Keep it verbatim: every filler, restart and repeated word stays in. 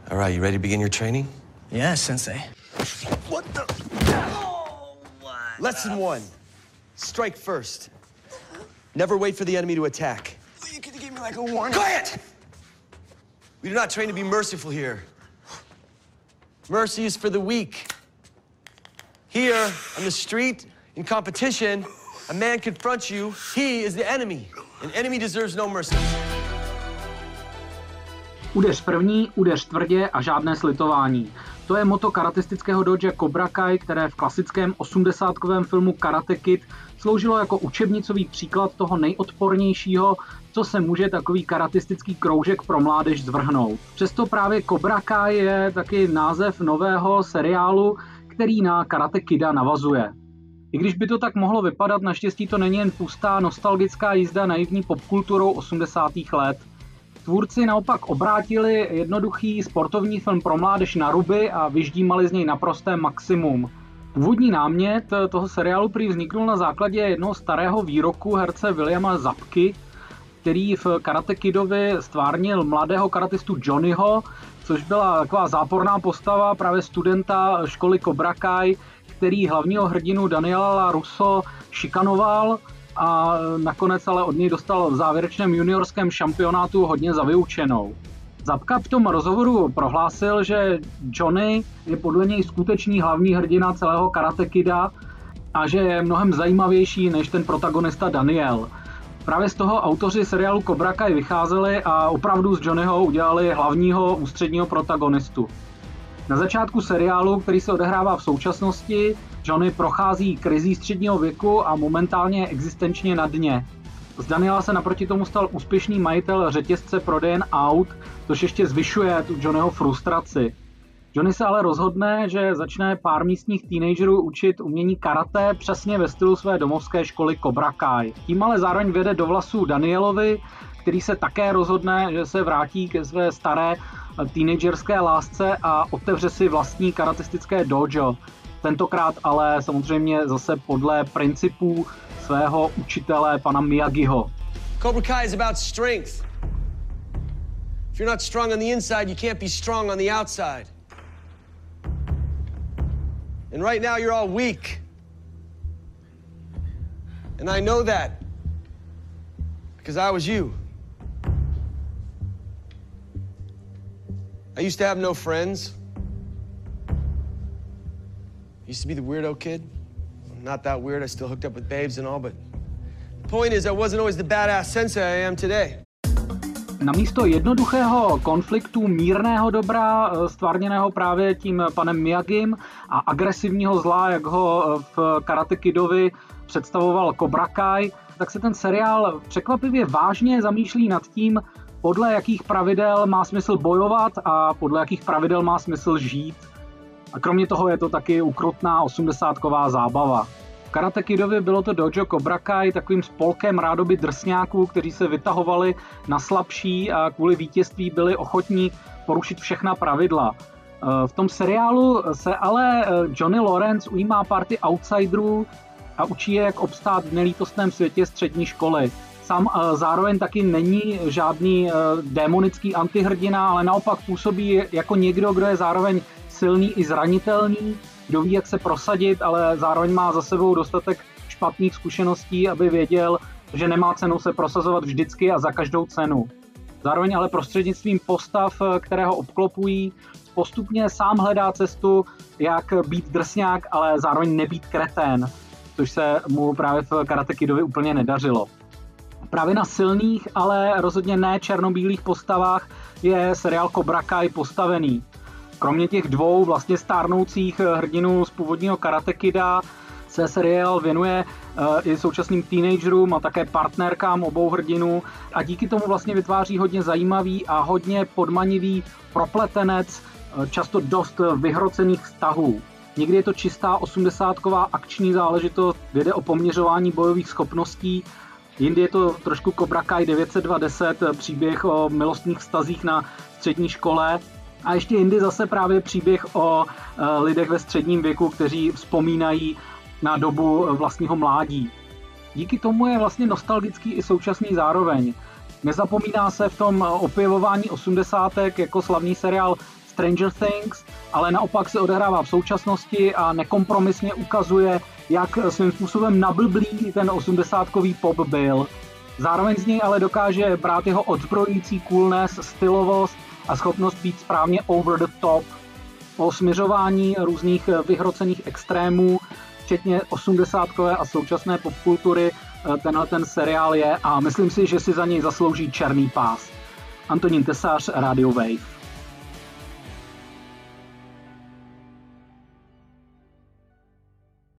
All right, you ready to begin your training? Yeah, sensei. What the? Oh, what? Lesson one. Strike first. Never wait for the enemy to attack. You could have given me like a warning. Quiet! We do not train to be merciful here. Mercy is for the weak. Here, on the street, in competition, a man confronts you, he is the enemy. An enemy deserves no mercy. Udeř první, udeř tvrdě a žádné slitování. To je motto karatistického doja Cobra Kai, které v klasickém osmdesátkovém filmu Karate Kid sloužilo jako učebnicový příklad toho nejodpornějšího, co se může takový karatistický kroužek pro mládež zvrhnout. Přesto právě Cobra Kai je taky název nového seriálu, který na Karate Kida navazuje. I když by to tak mohlo vypadat, naštěstí to není jen pustá nostalgická jízda naivní popkulturou osmdesátých let. Tvůrci naopak obrátili jednoduchý sportovní film pro mládež na ruby a vyždímali z něj naprosté maximum. Původní námět toho seriálu prý vzniknul na základě jednoho starého výroku herce Williama Zabky, který v Karate Kidovi stvárnil mladého karatistu Johnnyho, což byla taková záporná postava právě studenta školy Cobra Kai, který hlavního hrdinu Daniela LaRusso šikanoval a nakonec ale od něj dostal v závěrečném juniorském šampionátu hodně za vyučenou. Zabka v tom rozhovoru prohlásil, že Johnny je podle něj skutečný hlavní hrdina celého Karate Kida a že je mnohem zajímavější než ten protagonista Daniel. Právě z toho autoři seriálu Cobra Kai vycházeli a opravdu z Johnnyho udělali hlavního ústředního protagonistu. Na začátku seriálu, který se odehrává v současnosti, Johnny prochází krizí středního věku a momentálně je existenčně na dně. Z Daniela se naproti tomu stal úspěšný majitel řetězce prodejen aut, což ještě zvyšuje tu Johnnyho frustraci. Johnny se ale rozhodne, že začne pár místních teenagerů učit umění karate přesně ve stylu své domovské školy Cobra Kai. Tím ale zároveň vede do vlasů Danielovi, který se také rozhodne, že se vrátí ke své staré teenagerské lásce a otevře si vlastní karatistické dojo. Tentokrát ale samozřejmě zase podle principů svého učitele pana Miyagiho. Cobra Kai is about strength. If you're not strong on the inside, you can't be strong on the outside. And right now you're all weak. And I know that because I was you. I used to have no friends. I used to be the weirdo kid. I'm not that weird. I still hooked up with babes and all, but the point is I wasn't always the badass sensei I am today. Namísto jednoduchého konfliktu mírného dobra, stvárněného právě tím panem Miyagim, a agresivního zla, jak ho v Karate Kidovi představoval Cobra Kai, tak se ten seriál překvapivě vážně zamýšlí nad tím, podle jakých pravidel má smysl bojovat a podle jakých pravidel má smysl žít. A kromě toho je to taky ukrutná osmdesátková zábava. V Karate Kidovi bylo to dojo Cobra Kai takovým spolkem rádoby drsňáků, kteří se vytahovali na slabší a kvůli vítězství byli ochotní porušit všechna pravidla. V tom seriálu se ale Johnny Lawrence ujímá party outsiderů a učí je, jak obstát v nelítostném světě střední školy. Sám zároveň taky není žádný démonický antihrdina, ale naopak působí jako někdo, kdo je zároveň silný i zranitelný, kdo ví, jak se prosadit, ale zároveň má za sebou dostatek špatných zkušeností, aby věděl, že nemá cenu se prosazovat vždycky a za každou cenu. Zároveň ale prostřednictvím postav, které ho obklopují, postupně sám hledá cestu, jak být drsňák, ale zároveň nebýt kretén, což se mu právě v Karate Kidovi úplně nedařilo. Právě na silných, ale rozhodně ne černobílých postavách je seriál Cobra Kai postavený. Kromě těch dvou vlastně stárnoucích hrdinů z původního Karate Kida se seriál věnuje uh, i současným teenagerům a také partnerkám obou hrdinů a díky tomu vlastně vytváří hodně zajímavý a hodně podmanivý propletenec uh, často dost vyhrocených vztahů. Někdy je to čistá osmdesátková akční záležitost, kde jde o poměřování bojových schopností, jindy je to trošku Cobra Kai devět set dva deset, příběh o milostných vztazích na střední škole. A ještě jindy zase právě příběh o e, lidech ve středním věku, kteří vzpomínají na dobu vlastního mládí. Díky tomu je vlastně nostalgický i současný zároveň. Nezapomíná se v tom opěvování osmdesátek jako slavný seriál Stranger Things, ale naopak se odehrává v současnosti a nekompromisně ukazuje, jak svým způsobem nablblý ten osmdesátkový pop byl. Zároveň z něj ale dokáže brát jeho odzbrojující coolness, stylovost a schopnost být správně over the top. O směřování různých vyhrocených extrémů, včetně osmdesátkové a současné popkultury, tenhle ten seriál je a myslím si, že si za něj zaslouží černý pás. Antonín Tesař, Radio Wave.